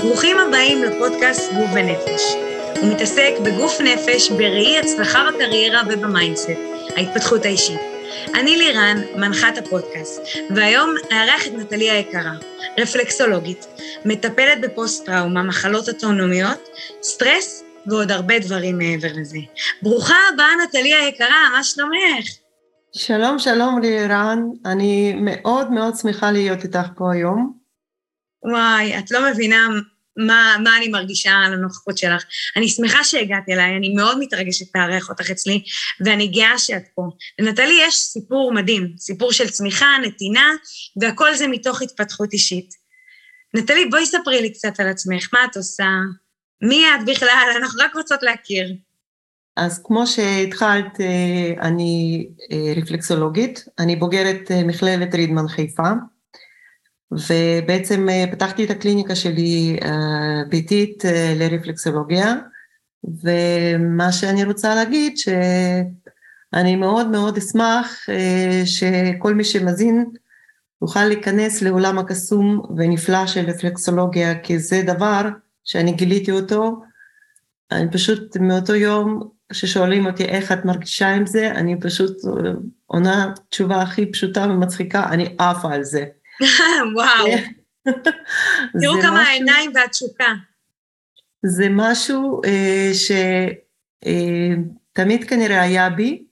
ברוכים הבאים לפודקאסט גוף ונפש. הוא מתעסק בגוף נפש, בראי הצלחה בקריירה ובמיינדסט, ההתפתחות האישית. אני לירן, מנחת הפודקאסט, והיום אארח את נטלי היקרה, רפלקסולוגית, מטפלת בפוסט-טראומה, מחלות אוטונומיות, סטרס ועוד הרבה דברים מעבר לזה. ברוכה הבאה נטלי היקרה, מה שלומך? שלום, שלום לירן, אני מאוד מאוד שמחה להיות איתך פה היום. וואי, את לא מבינה מה אני מרגישה על הנוכחות שלך. אני שמחה שהגעת אליי, אני מאוד מתרגשת לארח אותך אצלי, ואני גאה שאת פה. לנטלי יש סיפור מדהים, סיפור של צמיחה, נתינה, והכל זה מתוך התפתחות אישית. נטלי, בואי ספרי לי קצת על עצמך, מה את עושה? מי את בכלל? אנחנו רק רוצות להכיר. אז כמו שהתחלת, אני רפלקסולוגית, אני בוגרת מכללת רידמן חיפה, ובעצם פתחתי את הקליניקה שלי ביתית לרפלקסולוגיה, ומה שאני רוצה להגיד שאני מאוד מאוד אשמח שכל מי שמזין יוכל להיכנס לעולם הקסום ונפלא של רפלקסולוגיה, כי זה דבר שאני גיליתי אותו, אני פשוט מאותו יום ששואלים אותי איך את מרגישה עם זה, אני פשוט עונה תשובה הכי פשוטה ומצחיקה, אני עפה על זה. וואו, תראו כמה העיניים והתשוקה. זה משהו שתמיד כנראה היה בי,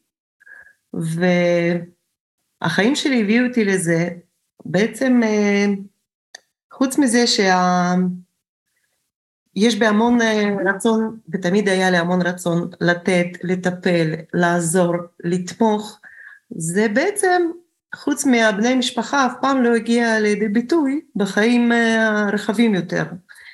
והחיים שלי הביאו אותי לזה, בעצם חוץ מזה יש בי המון רצון, ותמיד היה לי המון רצון לתת, לטפל, לעזור, לתמוך, זה בעצם חוץ מהבני משפחה, אף פעם לא הגיע לידי ביטוי בחיים הרחבים יותר.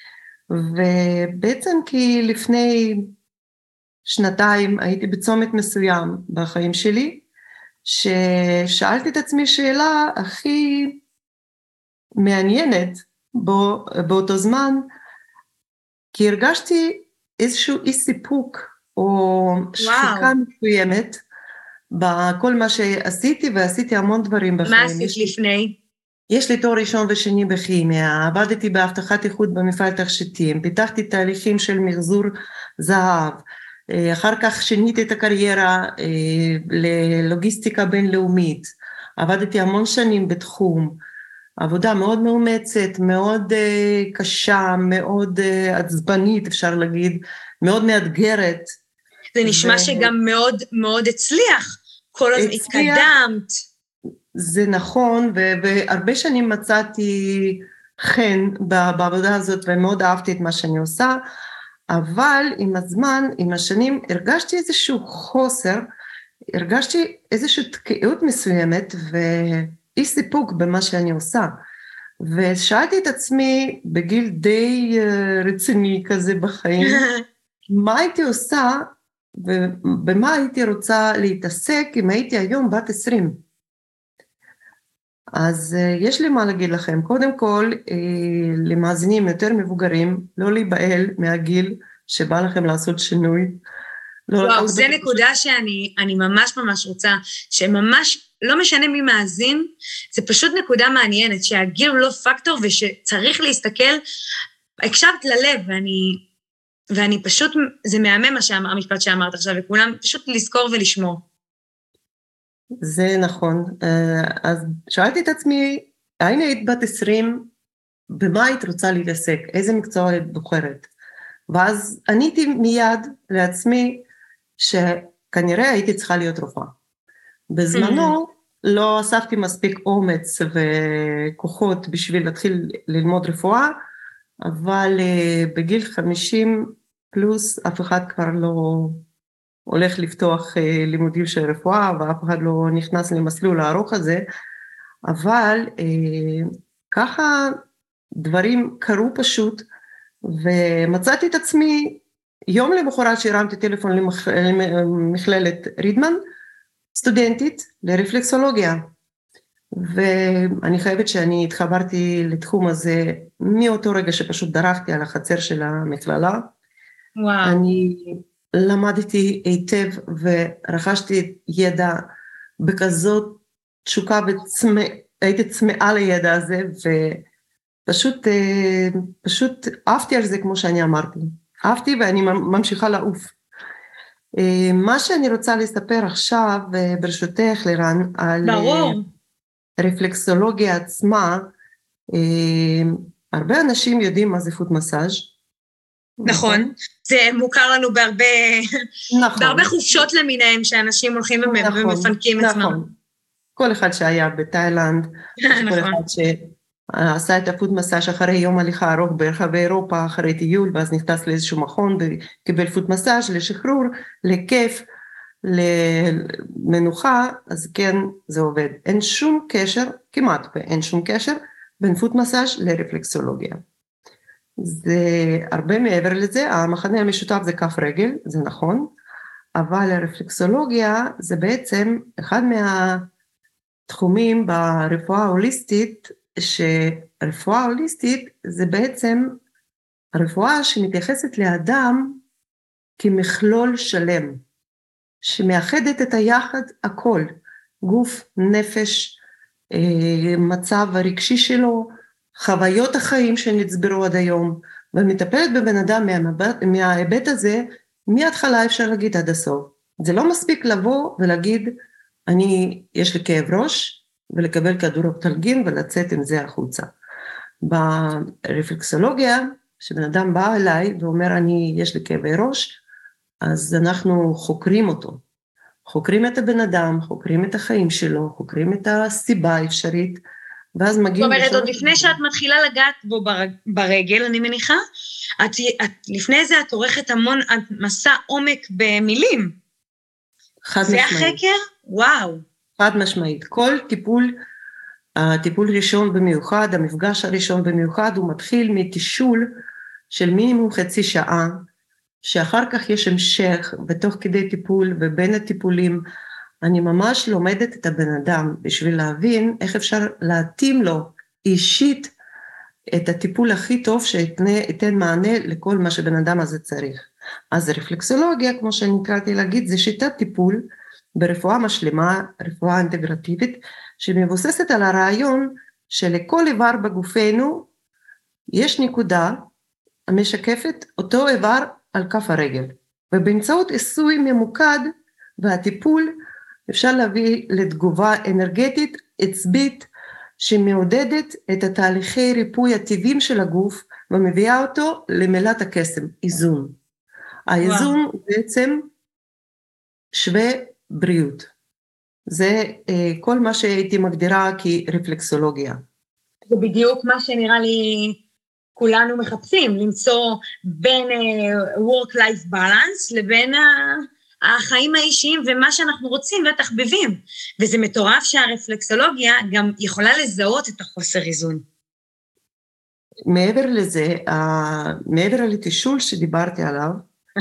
ובעצם כי לפני שנתיים הייתי בצומת מסוים בחיים שלי, ששאלתי את עצמי שאלה הכי מעניינת באותו זמן, כי הרגשתי איזשהו אי סיפוק או שחיקה מסוימת, בכל מה שעשיתי, ועשיתי המון דברים בחיים. מה עשית לפני? יש לי תואר ראשון ושני בכימיה, עבדתי בהבטחת איכות במפעל תכשיטים, פיתחתי תהליכים של מחזור זהב, אחר כך שיניתי את הקריירה ללוגיסטיקה בינלאומית, עבדתי המון שנים בתחום, עבודה מאוד מאומצת, מאוד קשה, מאוד עצבנית אפשר להגיד, מאוד מאתגרת. זה נשמע שגם מאוד מאוד הצליח, כל הזמן התקדמת. זה נכון, והרבה שנים מצאתי חן בעבודה הזאת, ומאוד אהבתי את מה שאני עושה, אבל עם הזמן, עם השנים, הרגשתי איזשהו חוסר, הרגשתי איזושהי תקיעות מסוימת, ואי סיפוק במה שאני עושה. ושאלתי את עצמי, בגיל די רציני כזה בחיים, מה הייתי עושה, ובמה הייתי רוצה להתעסק אם הייתי היום בת 20. אז יש לי מה להגיד לכם. קודם כל, למאזינים יותר מבוגרים, לא להיבהל מהגיל שבא לכם לעשות שינוי. וואו, זה נקודה שאני ממש ממש רוצה, שממש לא משנה מי מאזין, זה פשוט נקודה מעניינת, שהגיל הוא לא פקטור ושצריך להסתכל, הקשבת ללב ואני פשוט, זה מהמם המשפט שאמרת עכשיו, וכולם פשוט לזכור ולשמור. זה נכון. אז שאלתי את עצמי, האם היית בת 20, במה היית רוצה להתעסק? איזה מקצוע היית בוחרת? ואז עניתי מיד לעצמי, שכנראה הייתי צריכה להיות רופאה. בזמנו לא אספתי מספיק אומץ וכוחות בשביל להתחיל ללמוד רפואה, אבל בגיל 50 פלוס אף אחד כבר לא הולך לפתוח לימודים של רפואה, ואף אחד לא נכנס למסלול הארוך הזה, אבל ככה דברים קרו פשוט, ומצאתי את עצמי יום למחרת שהרמתי טלפון למכללת רידמן, סטודנטית לרפלקסולוגיה, ואני חייבת שאני התחברתי לתחום הזה מאותו רגע שפשוט דרכתי על החצר של המכללה. וואו. אני למדתי היטב ורכשתי ידע בכזאת תשוקה, הייתי צמאה לידע הזה, פשוט אהבתי על זה כמו שאני אמרתי. אהבתי ואני ממשיכה לעוף. מה שאני רוצה לספר עכשיו, ברשותך לירן, על רפלקסולוגיה עצמה, הרבה אנשים יודעים מה זה פוט מסאז'. נכון, זה מוכר לנו בהרבה חופשות למיניהם, שאנשים הולכים ומפנקים עצמם. נכון, כל אחד שהיה בתאילנד, כל אחד שעשה את הפוט מסאז' אחרי יום הליכה ארוך ברחבי אירופה, אחרי טיול, ואז נכנס לאיזשהו מכון וקיבל פוט מסאז' לשחרור, לכיף, למנוחה, אז כן, זה עובד. אין שום קשר, כמעט ואין שום קשר, בין פוט מסאז' לרפלקסולוגיה. זה הרבה מעבר לזה, המחנה המשותף זה כף רגל, זה נכון, אבל הרפלקסולוגיה זה בעצם אחד מהתחומים ברפואה ההוליסטית, שרפואה הוליסטית זה בעצם הרפואה שמתייחסת לאדם כמכלול שלם, שמאחדת את היחד הכל, גוף, נפש, מצב הרגשי שלו, חוויות החיים שנצברו עד היום, ומטפלת בבן אדם מההיבט הזה, מההתחלה אפשר להגיד עד הסוף. זה לא מספיק לבוא ולהגיד, יש לי כאב ראש, ולקבל כדור אופטלגין ולצאת עם זה החוצה. ברפלקסולוגיה, שבן אדם בא אליי ואומר, יש לי כאבי ראש, אז אנחנו חוקרים אותו. חוקרים את הבן אדם, חוקרים את החיים שלו, חוקרים את הסיבה האפשרית, ואז מגיעים... זאת אומרת, עוד לפני שאת מתחילה לגעת בו ברגל, אני מניחה, לפני זה את עורכת המון מסע עומק במילים. חד משמעית. זה החקר? וואו. חד משמעית. כל הטיפול ראשון במיוחד, המפגש הראשון במיוחד, הוא מתחיל מתישול של מינימום חצי שעה, שאחר כך יש המשך, בתוך כדי טיפול ובין הטיפולים, אני ממש לומדת את הבן אדם, בשביל להבין איך אפשר להתאים לו אישית את הטיפול הכי טוב, שייתן מענה לכל מה שבן אדם הזה צריך. אז רפלקסולוגיה, כמו שאני קראתי להגיד, זה שיטת טיפול ברפואה משלימה, רפואה אינטגרטיבית, שמבוססת על הרעיון שלכל איבר בגופנו, יש נקודה המשקפת אותו איבר על כף הרגל, ובאמצעות עיסוי ממוקד והטיפול אפשר להביא לתגובה אנרגטית עצבית שמעודדת את התהליכי ריפוי הטבעיים של הגוף ומביאה אותו למילת הקסם, איזון. האיזון הוא בעצם שווה בריאות. זה כל מה שהייתי מגדירה כרפלקסולוגיה. זה בדיוק מה שנראה לי כולנו מחפשים, למצוא בין work-life balance לבין החיים האישיים ומה שאנחנו רוצים והתחביבים. וזה מטורף שהרפלקסולוגיה גם יכולה לזהות את החוסר איזון. מעבר לזה, מעבר לתישול שדיברתי עליו,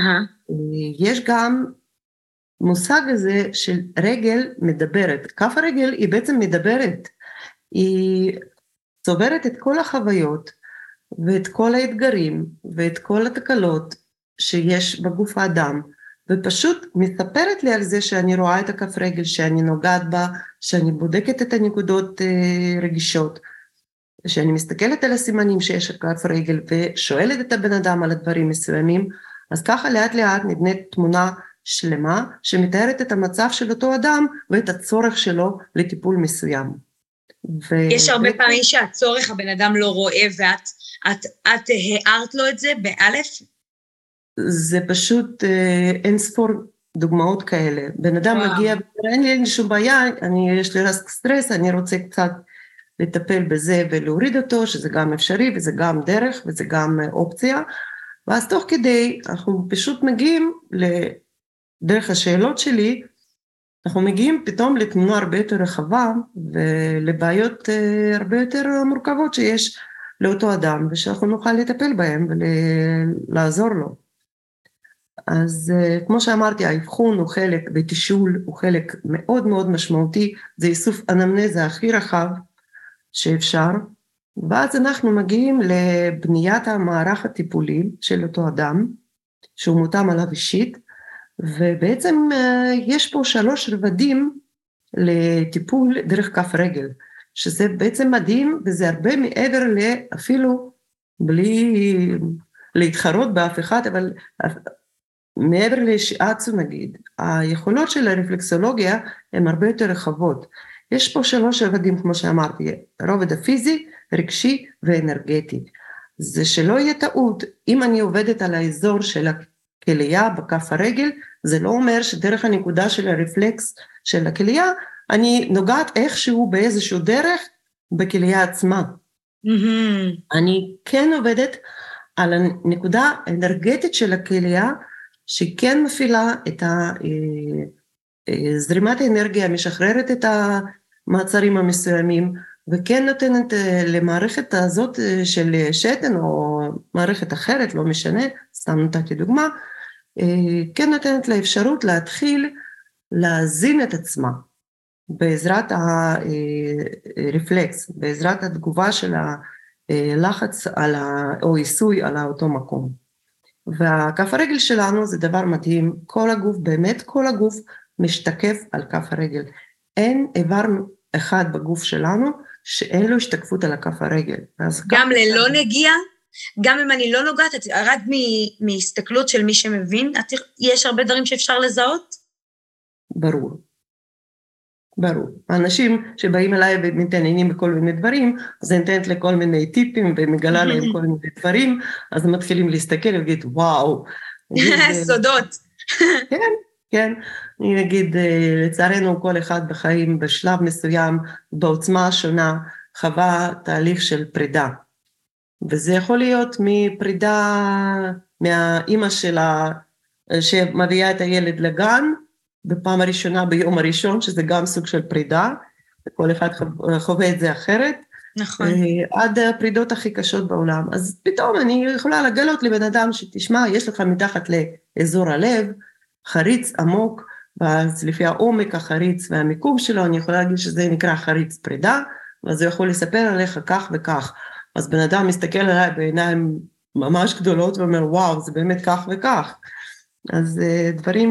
יש גם מושג הזה של רגל מדברת. כף הרגל היא בעצם מדברת. היא צוברת את כל החוויות ואת כל האתגרים ואת כל התקלות שיש בגוף האדם, ופשוט מספרת לי על זה שאני רואה את הכף רגל, שאני נוגעת בה, שאני בודקת את הנקודות רגישות, שאני מסתכלת על הסימנים שיש בכף רגל, ושואלת את הבן אדם על הדברים מסוימים, אז ככה לאט לאט נבנית תמונה שלמה, שמתארת את המצב של אותו אדם, ואת הצורך שלו לטיפול מסוים. יש הרבה פעמים שהצורך הבן אדם לא רואה, ואת הערת לו את זה באלף? זה פשוט אין ספור דוגמאות כאלה. בן אדם מגיע, אין לי שום בעיה, יש לי סטרס, אני רוצה קצת לטפל בזה ולהוריד אותו, שזה גם אפשרי וזה גם דרך וזה גם אופציה, ואז תוך כדי אנחנו פשוט מגיעים לדרך השאלות שלי, אנחנו מגיעים פתאום לתמונה הרבה יותר רחבה ולבעיות הרבה יותר מורכבות שיש לאותו אדם, ושאנחנו נוכל לטפל בהם ולעזור לו. אז כמו שאמרתי, האבחון הוא חלק, בתישול הוא חלק מאוד מאוד משמעותי, זה איסוף אנמנזה הכי רחב שאפשר, ואז אנחנו מגיעים לבניית המערך הטיפולי של אותו אדם, שהוא מותאם עליו אישית, ובעצם יש פה 3 רבדים לטיפול דרך כף רגל, שזה בעצם מדהים, וזה הרבה מעבר אפילו בלי להתחרות באף אחד, אבל מעבר לשיאצו נגיד, היכולות של הרפלקסולוגיה הן הרבה יותר רחבות. יש פה 3 רבדים, כמו שאמרתי, הרובד הפיזי, רגשי ואנרגטי. זה שלא יהיה טעות, אם אני עובדת על האזור של הכליה בכף הרגל, זה לא אומר שדרך הנקודה של הרפלקס של הכליה, אני נוגעת איכשהו באיזשהו דרך בכליה עצמה. אני כן עובדת על הנקודה האנרגטית של הכליה, שכן מפעילה את זרימת האנרגיה, משחררת את המעצרים המסוימים, וכן נותנת למערכת הזאת של שתן, או מערכת אחרת, לא משנה, סתם נתתי דוגמה, כן נותנת לה אפשרות להתחיל להזין את עצמה, בעזרת הרפלקס, בעזרת התגובה של הלחץ או עיסוי על אותו מקום. והכף הרגל שלנו זה דבר מדהים, כל הגוף, באמת כל הגוף משתקף על כף הרגל. אין איבר אחד בגוף שלנו שאין לו השתקפות על הכף הרגל. גם ללא נגיעה? גם אם אני לא נוגעת, רק מהסתכלות של מי שמבין, יש הרבה דברים שאפשר לזהות? ברור. ברור. האנשים שבאים אליי ומתעניינים בכל מיני דברים, אז אני נותנת לכל מיני טיפים ומגלה להם כל מיני דברים, אז הם מתחילים להסתכל ולהגיד, וואו. סודות. כן, כן. אני אגיד, לצערנו כל אחד בחיים בשלב מסוים, בעוצמה השונה, חווה תהליך של פרידה. וזה יכול להיות מפרידה מהאימא שלה, שמביאה את הילד לגן, בפעם הראשונה ביום הראשון, שזה גם סוג של פרידה, וכל אחד חווה את זה אחרת, נכון. עד הפרידות הכי קשות בעולם. אז פתאום אני יכולה לגלות לבן אדם שתשמע, יש לך מתחת לאזור הלב, חריץ עמוק, ואז לפי העומק החריץ והמיקום שלו, אני יכולה להגיד שזה נקרא חריץ פרידה, ואז הוא יכול לספר עליך כך וכך. אז בן אדם מסתכל עליי בעיניים ממש גדולות, ואומר, וואו, זה באמת כך וכך. אז דברים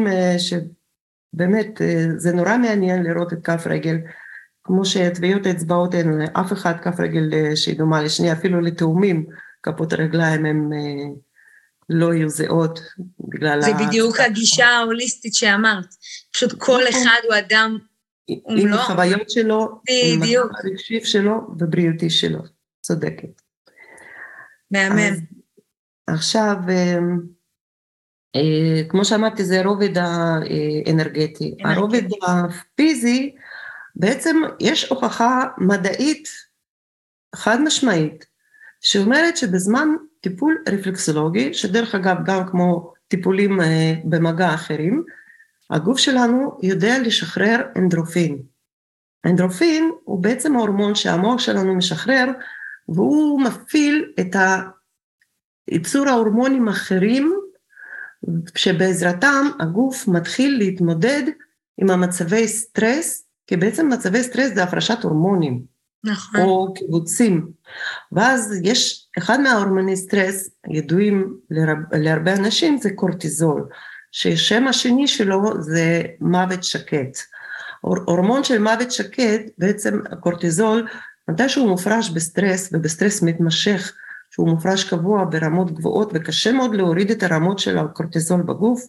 שבאמת, זה נורא מעניין לראות את כף רגל, כמו שטביעות האצבעות אין לאף אחד כף רגל שהיא דומה לשני, אפילו לתאומים, כפות הרגליים הם לא יהיו זהות, בגלל... זה בדיוק הגישה ההוליסטית שאמרת, פשוט כל אחד הוא אדם, עם החוויות שלו, עם בדיוק. הרגשי שלו ובריאותי שלו, צודקת. מאמן. עכשיו, כמו שאמרתי, זה הרובד האנרגטי. הרובד הפיזי, בעצם יש הוכחה מדעית חד משמעית, שאומרת שבזמן טיפול רפלקסולוגי, שדרך אגב גם כמו טיפולים במגע אחרים, הגוף שלנו יודע לשחרר אנדורפין. האנדורפין הוא בעצם ההורמון שהמוח שלנו משחרר, והוא מפעיל את ייצור ההורמונים האחרים, שבעזרתם הגוף מתחיל להתמודד עם המצבי סטרס, כי בעצם מצבי סטרס זה הפרשת הורמונים, נכון. או קיבוצים. ואז יש אחד מההורמוני סטרס, ידועים להרבה אנשים, זה קורטיזול, ששם השני שלו זה מוות שקט. הורמון של מוות שקט, בעצם הקורטיזול, מתי שהוא מופרש בסטרס, ובסטרס מתמשך, שהוא מופרש קבוע ברמות גבוהות, וקשה מאוד להוריד את הרמות של הקורטיזול בגוף,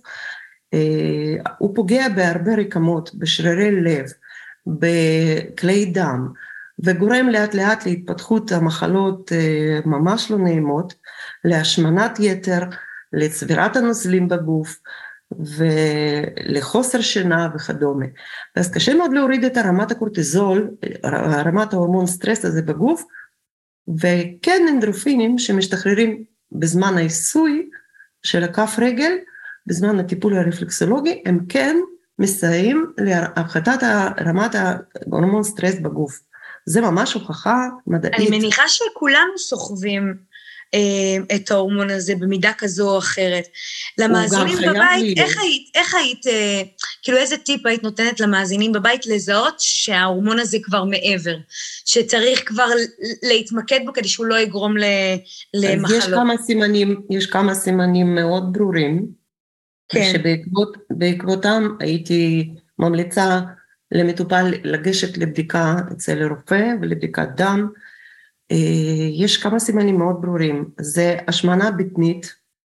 הוא פוגע בהרבה רקמות, בשרירי לב, בכלי דם, וגורם לאט לאט להתפתחות המחלות ממש לא נעימות, להשמנת יתר, לצבירת הנוזלים בגוף, ולחוסר שינה וכדומה. אז קשה מאוד להוריד את רמת הקורטיזול, רמת ההורמון סטרס הזה בגוף, וכן אנדורפינים שמשתחררים בזמן העיסוי של הכף רגל, בזמן הטיפול הרפלקסולוגי, הם כן מסייעים להפחתת רמת ההורמון סטרס בגוף. זה ממש הוכחה מדעית. אני מניחה שכולנו סוחבים את ההורמון הזה במידה כזו או אחרת. למאזינים בבית, איך היית, כאילו איזה טיפ היית נותנת למאזינים בבית לזהות שההורמון הזה כבר מעבר, שצריך כבר להתמקד בו כדי שהוא לא יגרום למחלות? יש כמה סימנים מאוד ברורים, כן. שבעקבותם הייתי ממליצה למטופל לגשת לבדיקה אצל הרופא ולבדיקת דם. יש כמה סימנים מאוד ברורים, זה השמנה בטנית,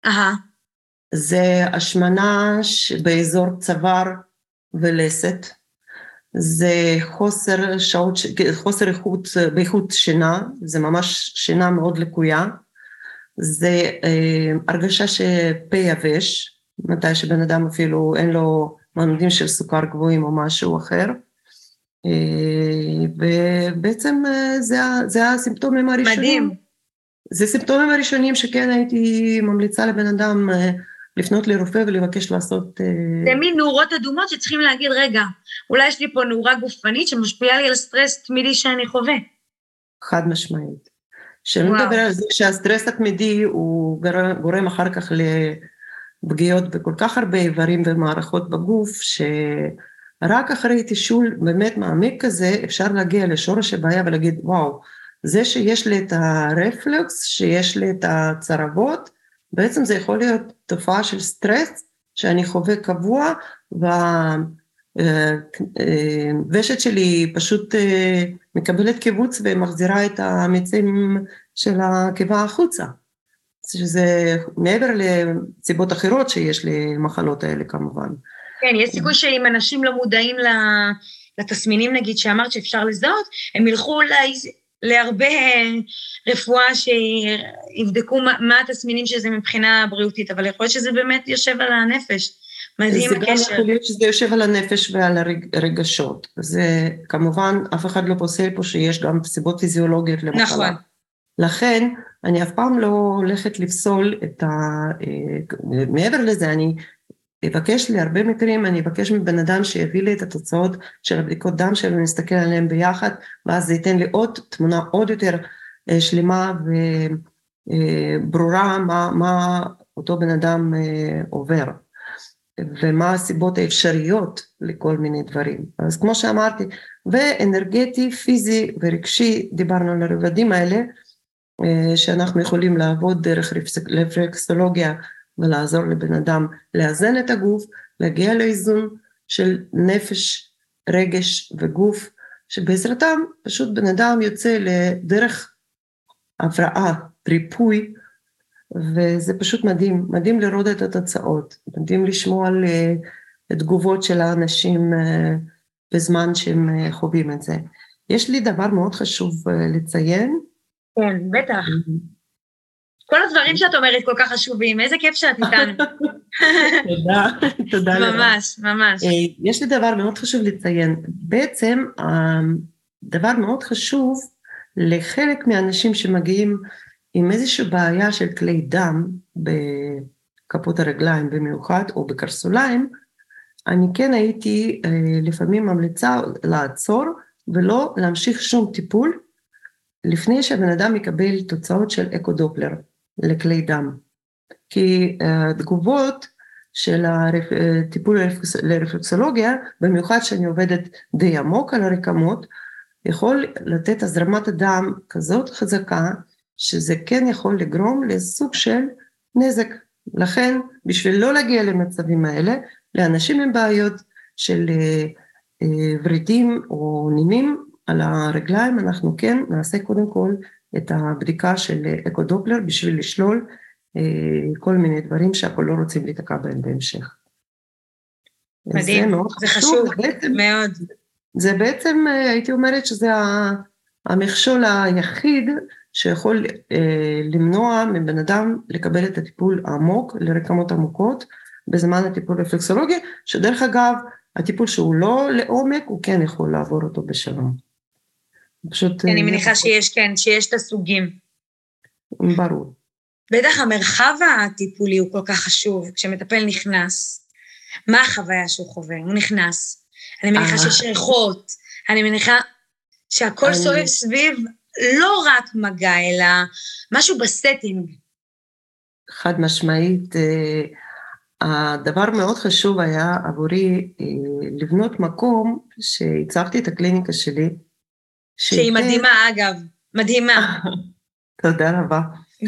זה השמנה באזור צוואר ולסת, זה חוסר באיכות שינה, זה ממש שינה מאוד לקויה, זה הרגשה שפה יבש, מתי שבן אדם אפילו אין לו מעמדים של סוכר גבוהים או משהו אחר, ובעצם זה הסימפטומים הראשונים. מדהים. זה סימפטומים הראשונים שכן הייתי ממליצה לבן אדם לפנות לרופא ולבקש לעשות... זה מין נורות אדומות שצריכים להגיד, רגע, אולי יש לי פה נורה גופנית שמשפיעה לי על סטרס תמידי שאני חווה. חד משמעית. שאני מדבר על זה שהסטרס התמידי הוא גורם אחר כך לפגיעות בכל כך הרבה איברים ומערכות בגוף, שרק אחרי תישול באמת מעמיק כזה אפשר להגיע לשורש הבעיה ולהגיד, וואו, זה שיש לי את הרפלקס, שיש לי את הצרבות, בעצם זה יכול להיות תופעה של סטרס שאני חווה קבוע, והוושת שלי פשוט מקבלת קיבוץ ומחזירה את המיצים של הקיבה החוצה. שזה מעבר לסיבות אחרות שיש למחלות האלה כמובן. כן, יש סיכוי שאם אנשים לא מודעים לתסמינים, נגיד, שאמרת שאפשר לזהות, הם ילכו להרבה רפואה שיבדקו מה התסמינים שזה מבחינה בריאותית, אבל יכול להיות שזה באמת יושב על הנפש. מדהים הקשר. זה גם יכול להיות שזה יושב על הנפש ועל הרגשות. זה כמובן, אף אחד לא פוסל פה שיש גם סיבות פיזיולוגיות למחלה. נכון. לכן, אני אף פעם לא הולכת לפסול מעבר לזה, אני אבקש להרבה מקרים, אני אבקש מבן אדם שיביא לי את התוצאות של הבדיקות דם שלו, נסתכל עליהם ביחד, ואז זה ייתן לי עוד תמונה עוד יותר שלמה וברורה מה אותו בן אדם עובר, ומה הסיבות האפשריות לכל מיני דברים. אז כמו שאמרתי, ואנרגטי, פיזי ורגשי, דיברנו על הרבדים האלה, שאנחנו יכולים לעבוד דרך רפלקסולוגיה, ולעזור לבן אדם לאזן את הגוף, להגיע לאיזון של נפש, רגש וגוף, שבעזרתם פשוט בן אדם יוצא לדרך הבראה, ריפוי, וזה פשוט מדהים, מדהים לראות את התוצאות, מדהים לשמוע על תגובות של האנשים בזמן שהם חווים את זה. יש לי דבר מאוד חשוב לציין. כן, בטח. כל הדברים שאת אומרת כל כך חשובים, איזה כיף שאת איתנו. תודה. ממש, ממש. יש לי דבר מאוד חשוב לציין, בעצם דבר מאוד חשוב לחלק מהאנשים שמגיעים עם איזושהי בעיה של כלי דם בכפות הרגליים במיוחד או בקרסוליים, אני כן הייתי לפעמים ממליצה לעצור ולא להמשיך שום טיפול, לפני שהבן אדם יקבל תוצאות של אקודופלר לכלי דם. כי תגובות של הטיפול לרפלקסולוגיה, במיוחד שאני עובדת די עמוק על הרקמות, יכול לתת הזרמת הדם כזאת חזקה, שזה כן יכול לגרום לסוג של נזק. לכן, בשביל לא להגיע למצבים האלה, לאנשים עם בעיות של ורידים או נימים על הרגליים, אנחנו כן נעשה קודם כל את הבדיקה של אקודופלר, בשביל לשלול כל מיני דברים שאנחנו לא רוצים להתקע בהם בהמשך. מדהים, זה חשוב מאוד. זה בעצם, הייתי אומרת שזה המכשול היחיד שיכול למנוע מבן אדם לקבל את הטיפול העמוק לרקמות עמוקות בזמן הטיפול רפלקסולוגי, שדרך אגב, הטיפול שהוא לא לעומק, הוא כן יכול לעבור אותו בשלום. פשוט... אני מניחה שיש את הסוגים. ברור. בטח המרחב הטיפולי הוא כל כך חשוב, כשמטפל נכנס. מה החוויה שהוא חווה? הוא נכנס. אני מניחה שיש ריחות, אני מניחה שהכל סובב סביב לא רק מגע, אלא משהו בסטינג. חד משמעית, הדבר מאוד חשוב היה עבורי לבנות מקום שהצבתי את הקליניקה שלי. שהיא מדהימה אגב, מדהימה. תודה רבה.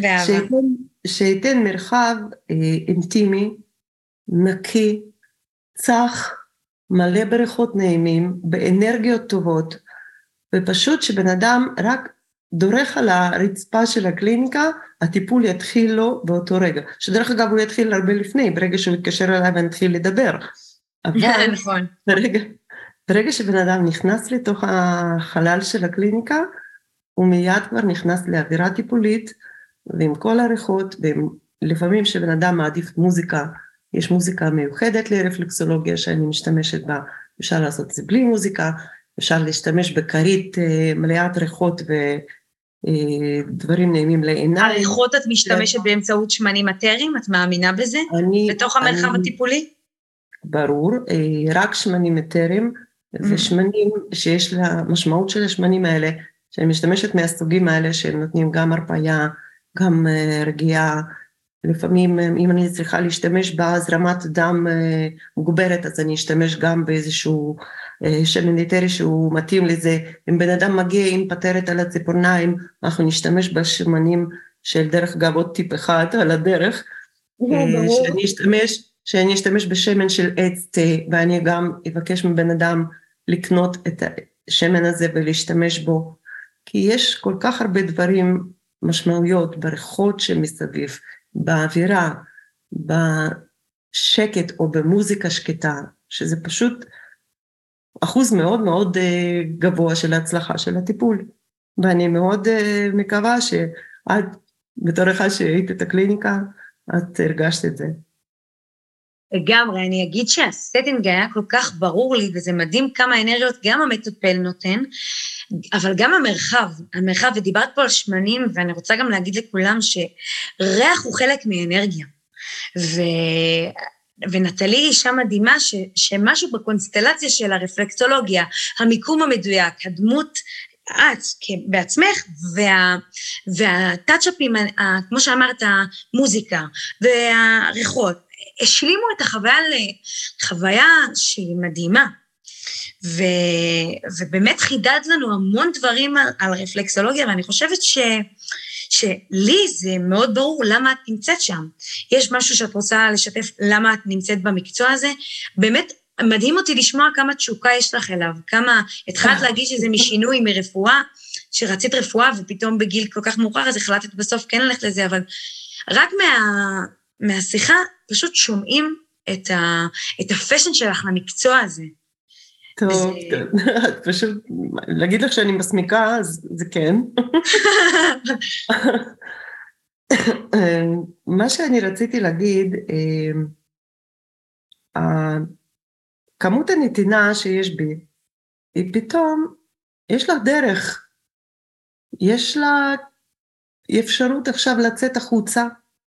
שייתן מרחב אינטימי, נקי, צח, מלא בריחות נעימים, באנרגיות טובות, ופשוט שבן אדם רק דורך על הרצפה של הקליניקה, הטיפול יתחיל לו באותו רגע. שדרך אגב הוא יתחיל הרבה לפני, ברגע שהוא יתקשר אליי ונתחיל לדבר. אבל נכון. ברגע שבן אדם נכנס לתוך החלל של הקליניקה, הוא מיד כבר נכנס לאווירה טיפולית, ועם כל הריחות, ולפעמים שבן אדם מעדיף מוזיקה, יש מוזיקה מיוחדת לרפלקסולוגיה שאני משתמשת בה, אפשר לעשות את זה בלי מוזיקה, אפשר להשתמש בכרית מלאת ריחות ודברים נעימים לעיניים. הריחות את משתמשת באמצעות שמנים מטריים? את מאמינה בזה? בתוך המרחב הטיפולי? ברור, רק שמנים מטריים, ושמנים שיש לה, משמעות של השמנים האלה, שאני משתמשת מהסוגים האלה, שהם נותנים גם הרפאיה, גם רגיעה, לפעמים אם אני צריכה להשתמש בהזרמת דם מוגברת, אז אני אשתמש גם באיזשהו שמן אתרי שהוא מתאים לזה, אם בן אדם מגיע עם פטרת על הציפורניים, אנחנו נשתמש בשמנים של דרך אגב עוד טיפ אחד על הדרך, שאני אשתמש בשמן של עץ תה, ואני גם אבקש מבן אדם לקנות את השמן הזה ולהשתמש בו, כי יש כל כך הרבה דברים משמעויות בריחות שמסביב, באווירה, בשקט או במוזיקה שקטה, שזה פשוט אחוז מאוד מאוד גבוה של ההצלחה של הטיפול. ואני מאוד מקווה שאת, בתור אחד שהיית את הקליניקה, את הרגשת את זה. לגמרי, אני אגיד שהסטינג היה כל כך ברור לי, וזה מדהים כמה אנרגיות גם המטפל נותן, אבל גם המרחב, ודיברת פה על שמנים, ואני רוצה גם להגיד לכולם שריח הוא חלק מאנרגיה, ונטלי היא אישה מדהימה, שמשהו בקונסטלציה של הרפלקסולוגיה, המיקום המדויק, הדמות, את בעצמך, והטאצ'אפים, כמו שאמרת, המוזיקה, והריחות, השלימו את החוויה לחוויה שהיא מדהימה, ובאמת חידד לנו המון דברים על רפלקסולוגיה, ואני חושבת שלי זה מאוד ברור למה את נמצאת שם. יש משהו שאת רוצה לשתף למה את נמצאת במקצוע הזה? באמת מדהים אותי לשמוע כמה תשוקה יש לך אליו, כמה התחלת להגיד שזה משינוי מרפואה, שרצית רפואה ופתאום בגיל כל כך מאוחר, אז החלטת בסוף כן ללכת לזה, אבל רק מהשיחה פשוט שומעים את הפשן שלך למקצוע הזה. טוב, פשוט להגיד לך שאני מסמיקה, אז זה כן. מה שאני רציתי להגיד, כמות הנתינה שיש בי, היא פתאום, יש לה דרך, יש לה אפשרות עכשיו לצאת החוצה,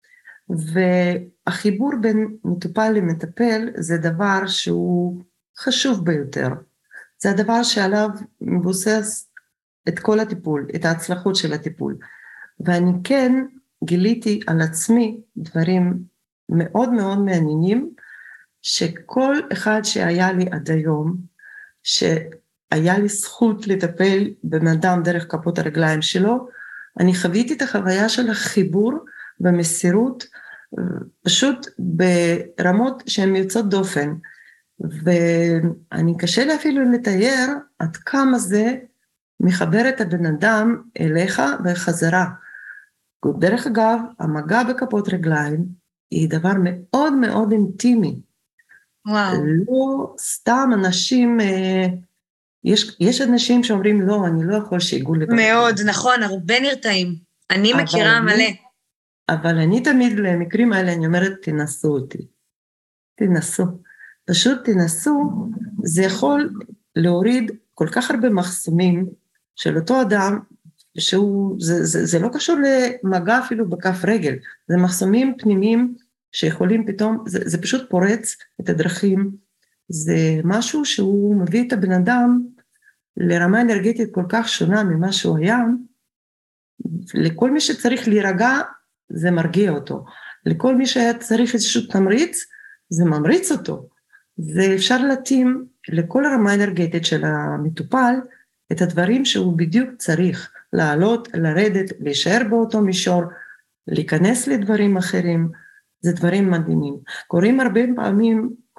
והחיבור בין מטופל למטפל זה דבר שהוא חשוב ביותר. זה הדבר שעליו מבוסס את כל הטיפול, את ההצלחות של הטיפול. ואני כן גיליתי על עצמי דברים מאוד מאוד מעניינים, שכל אחד שהיה לי עד היום, שהיה לי זכות לטפל בן אדם דרך כפות הרגליים שלו, אני חוויתי את החוויה של החיבור במסירות, פשוט ברמות שהן יוצאות דופן, ואני קשה לי אפילו לתאר עד כמה זה מחבר את הבן אדם אליך בחזרה. דרך אגב, המגע בכפות רגליים היא דבר מאוד מאוד אינטימי. וואו. לא סתם אנשים, יש אנשים שאומרים לא, אני לא יכול שיגעו לי. מאוד, נכון, הרבה נרתעים. אני מכירה מלא. אבל אני תמיד למקרים האלה, אני אומרת, תנסו אותי. תנסו. פשוט תנסו, זה יכול להוריד כל כך הרבה מחסומים של אותו אדם, זה לא קשור למגע אפילו בכף רגל, זה מחסומים פנימיים שיכולים פתאום, זה פשוט פורץ את הדרכים, זה משהו שהוא מביא את הבן אדם לרמה אנרגטית כל כך שונה ממה שהוא היה, לכל מי שצריך להירגע, זה מרגיע אותו, לכל מי שהיה צריך איזשהו תמריץ, זה ממריץ אותו, זה אפשר להתאים לכל הרמה האנרגטית של המטופל, את הדברים שהוא בדיוק צריך, לעלות, לרדת, להישאר באותו מישור, להיכנס לדברים אחרים, זה דברים מדהימים. קוראים הרבה פעמים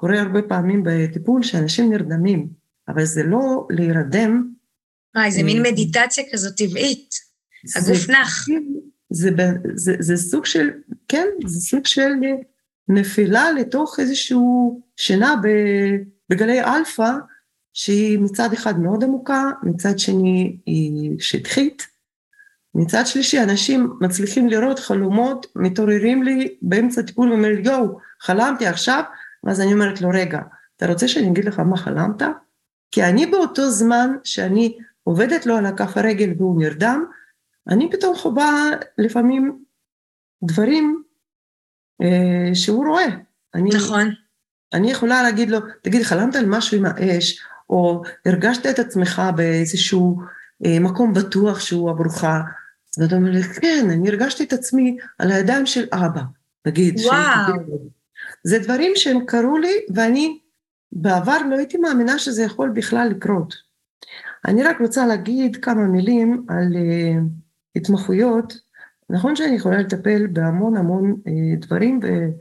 קורה הרבה פעמים בטיפול שאנשים נרדמים, אבל זה לא להירדם. זה מין מדיטציה כזאת טבעית, הגוף נח. זה סוג של, כן, זה סוג של נפילה לתוך איזשהו שינה בגלי אלפא, שהיא מצד אחד מאוד עמוקה, מצד שני היא שטחית, מצד שלישי אנשים מצליחים לראות חלומות, מתעוררים לי באמצע טיפול ואומרים, יואו, חלמתי עכשיו, ואז אני אומרת לו, רגע, אתה רוצה שאני אגיד לך מה חלמת? כי אני באותו זמן שאני עובדת לו על הכף הרגל והוא נרדם, אני פתאום חווה לפעמים דברים שהוא רואה. נכון. אני יכולה להגיד לו, תגיד, חלמת על משהו עם האש, או הרגשת את עצמך באיזשהו מקום בטוח שהוא עבורך, ואתה אומר לי, כן, אני הרגשתי את עצמי על הידיים של אבא, נגיד. וואו. זה דברים שהם קרו לי, ואני בעבר לא הייתי מאמינה שזה יכול בכלל לקרות. אני רק רוצה להגיד כמה מילים על התמחויות. נכון שאני יכולה לטפל בהמון המון דברים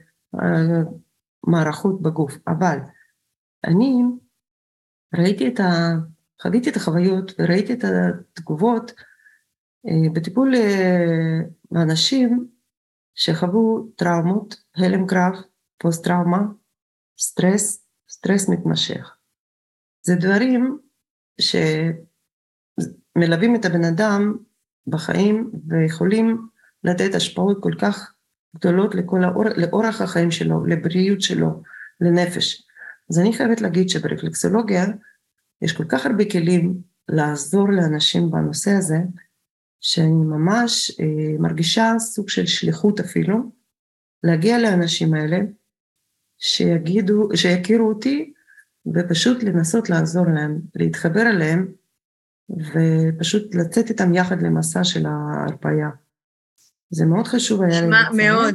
ומערכות בגוף, אבל אני חוויתי את החוויות וראיתי את התגובות בטיפול לאנשים שחוו טראומות, הלם קרב, פוסט טראומה, סטרס מתמשך. זה דברים שמלווים את הבן אדם בחיים ויכולים לתת השפעות כל כך גדולות לאורח החיים שלו, לבריאות שלו, לנפש. אז אני חייבת להגיד שברפלקסולוגיה יש כל כך הרבה כלים לעזור לאנשים בנושא הזה, שאני ממש מרגישה סוג של שליחות אפילו, להגיע לאנשים האלה, שיכירו אותי, ופשוט לנסות לעזור להם, להתחבר אליהם, ופשוט לצאת איתם יחד למסע של ההרפאיה. זה מאוד חשוב היה נשמע מאוד.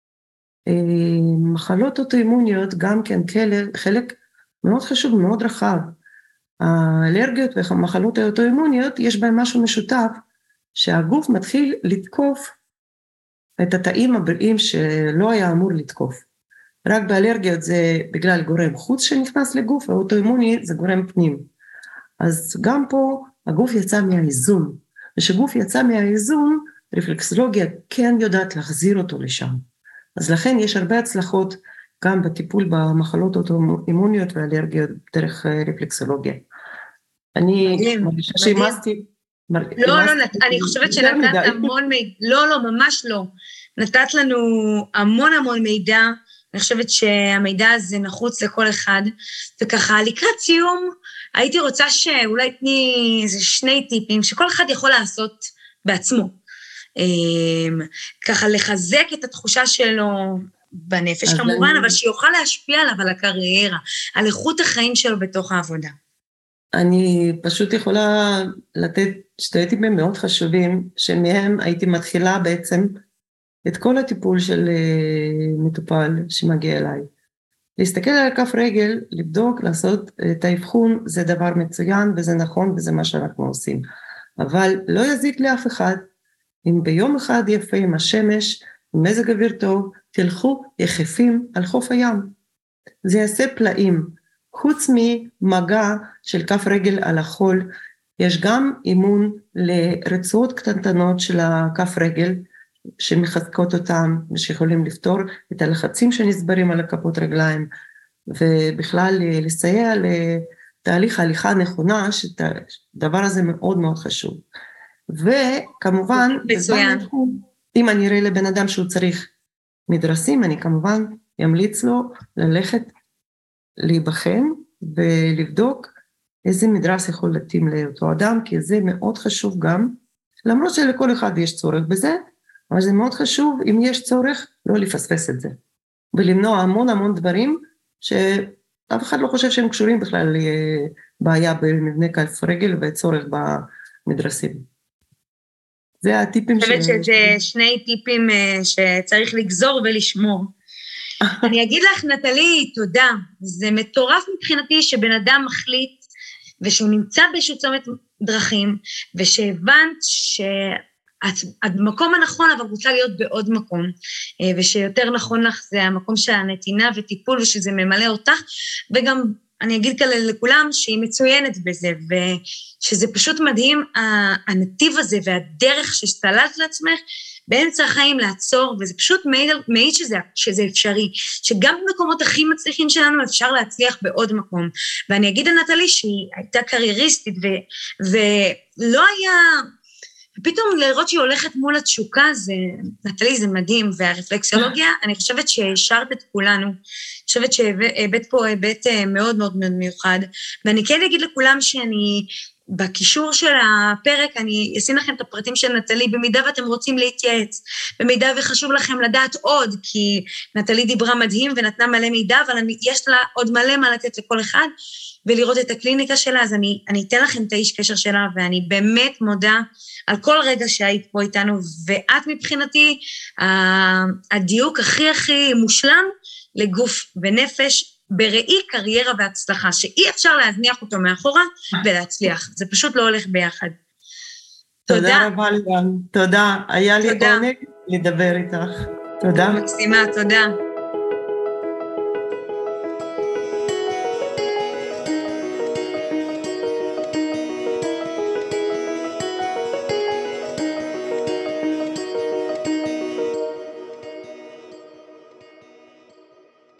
מחלות אוטואימוניות גם כן חלק מאוד חשוב ומאוד רחב. האלרגיות ומחלות האוטואימוניות יש בהן משהו משותף, שהגוף מתחיל לתקוף את התאים הבריאים שלא היה אמור לתקוף. רק באלרגיות זה בגלל גורם חוץ שנכנס לגוף, האוטואימוני זה גורם פנים. אז גם פה הגוף יצא מהאיזון, ושגוף יצא מהאיזון, רפלקסולוגיה כן יודעת להחזיר אותו לשם. אז לכן יש הרבה הצלחות גם בטיפול במחלות אוטואימוניות ואלרגיות דרך רפלקסולוגיה. אני מרגישה שהמסתי... לא, אני חושבת שנתת המון מידע, לא, ממש לא. נתת לנו המון מידע, אני חושבת שהמידע הזה נחוץ לכל אחד, וככה לקראת סיום, הייתי רוצה שאולי תני איזה 2 טיפים, שכל אחד יכול לעשות בעצמו, ככה לחזק את התחושה שלו בנפש כמובן, אבל שיוכל להשפיע עליו, על הקריירה, על איכות החיים שלו בתוך העבודה. אני פשוט יכולה לתת 2 טיפים מאוד חשובים, שמהם הייתי מתחילה בעצם את כל הטיפול של מטופל שמגיע אליי. להסתכל על כף רגל, לבדוק, לעשות את האבחון, זה דבר מצוין וזה נכון וזה מה שאנחנו עושים. אבל לא יזיק לאף אחד, אם ביום אחד יפה עם השמש, עם מזג אוויר טוב, תלכו יחפים על חוף הים. זה יעשה פלאים. חוץ ממגע של כף רגל על החול, יש גם אימון לרצועות קטנטנות של הכף רגל, שמחזקות אותם, ושיכולים לפתור את הלחצים שנצברים על הכפות רגליים, ובכלל לסייע לתהליך ההליכה הנכונה, שהדבר הזה מאוד מאוד חשוב. וכמובן, אם אני אראה לבן אדם שהוא צריך מדרסים, אני כמובן ימליץ לו ללכת להיבחן ולבדוק איזה מדרס יכול להתאים לאותו אדם, כי זה מאוד חשוב גם, למרות שלכל אחד יש צורך בזה, אבל זה מאוד חשוב, אם יש צורך, לא לפספס את זה, ולמנוע המון דברים, שאף אחד לא חושב שהם קשורים בכלל לבעיה במבנה כף רגל וצורך במדרסים. זה הטיפים אני חושבת שזה 2 טיפים שצריך לגזור ולשמור. אני אגיד לך, נטלי, תודה. זה מטורף מבחינתי שבן אדם מחליט, ושהוא נמצא באיזשהו צומת דרכים, ושהבנת את במקום הנכון, אבל רוצה להיות בעוד מקום, ושיותר נכון לך זה המקום של הנתינה וטיפול, ושזה ממלא אותך, וגם אני אגיד כאלה לכולם שהיא מצוינת בזה, ושזה פשוט מדהים, הנתיב הזה והדרך שסללת לעצמך, באמצע החיים לעצור, וזה פשוט מעיד שזה אפשרי, שגם במקומות הכי מצליחים שלנו אפשר להצליח בעוד מקום. ואני אגיד לנטלי שהיא הייתה קרייריסטית, ולא היה, פתאום לראות שהיא הולכת מול התשוקה, נטלי זה מדהים, והרפלקסולוגיה, אני חושבת שהשארת את כולנו, אני חושבת שהבאת פה היבט מאוד מאוד מיוחד, ואני כן אגיד לכולם שאני, בקישור של הפרק אני אשים לכם את הפרטים של נטלי, במידה ואתם רוצים להתייעץ, במידה וחשוב לכם לדעת עוד, כי נטלי דיברה מדהים ונתנה מלא מידע, אבל יש לה עוד מלא מה לתת לכל אחד, ולראות את הקליניקה שלה, אז אני אתן לכם את האיש קשר שלה, ואני באמת מודה על כל רגע שהיית פה איתנו, ואת מבחינתי, הדיוק הכי הכי מושלם, לגוף ונפש, בראי קריירה והצלחה, שאי אפשר להזניח אותו מאחורה ולהצליח. זה פשוט לא הולך ביחד. תודה רבה לירן. תודה. היה לי עונג לדבר איתך. תודה. מקסימה, תודה.